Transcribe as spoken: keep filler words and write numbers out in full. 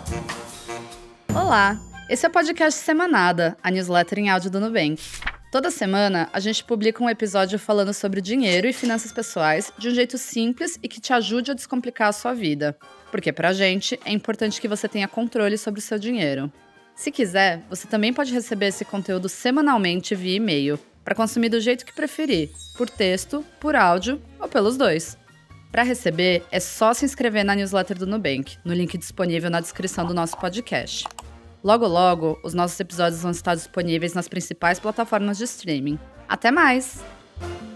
Olá, esse é o podcast Semanada, a newsletter em áudio do Nubank. Toda semana, a gente publica um episódio falando sobre dinheiro e finanças pessoais de um jeito simples e que te ajude a descomplicar a sua vida. Porque pra gente, é importante que você tenha controle sobre o seu dinheiro. Se quiser, você também pode receber esse conteúdo semanalmente via e-mail, para consumir do jeito que preferir, por texto, por áudio ou pelos dois. Para receber, é só se inscrever na newsletter do Nubank, no link disponível na descrição do nosso podcast. Logo, logo, os nossos episódios vão estar disponíveis nas principais plataformas de streaming. Até mais!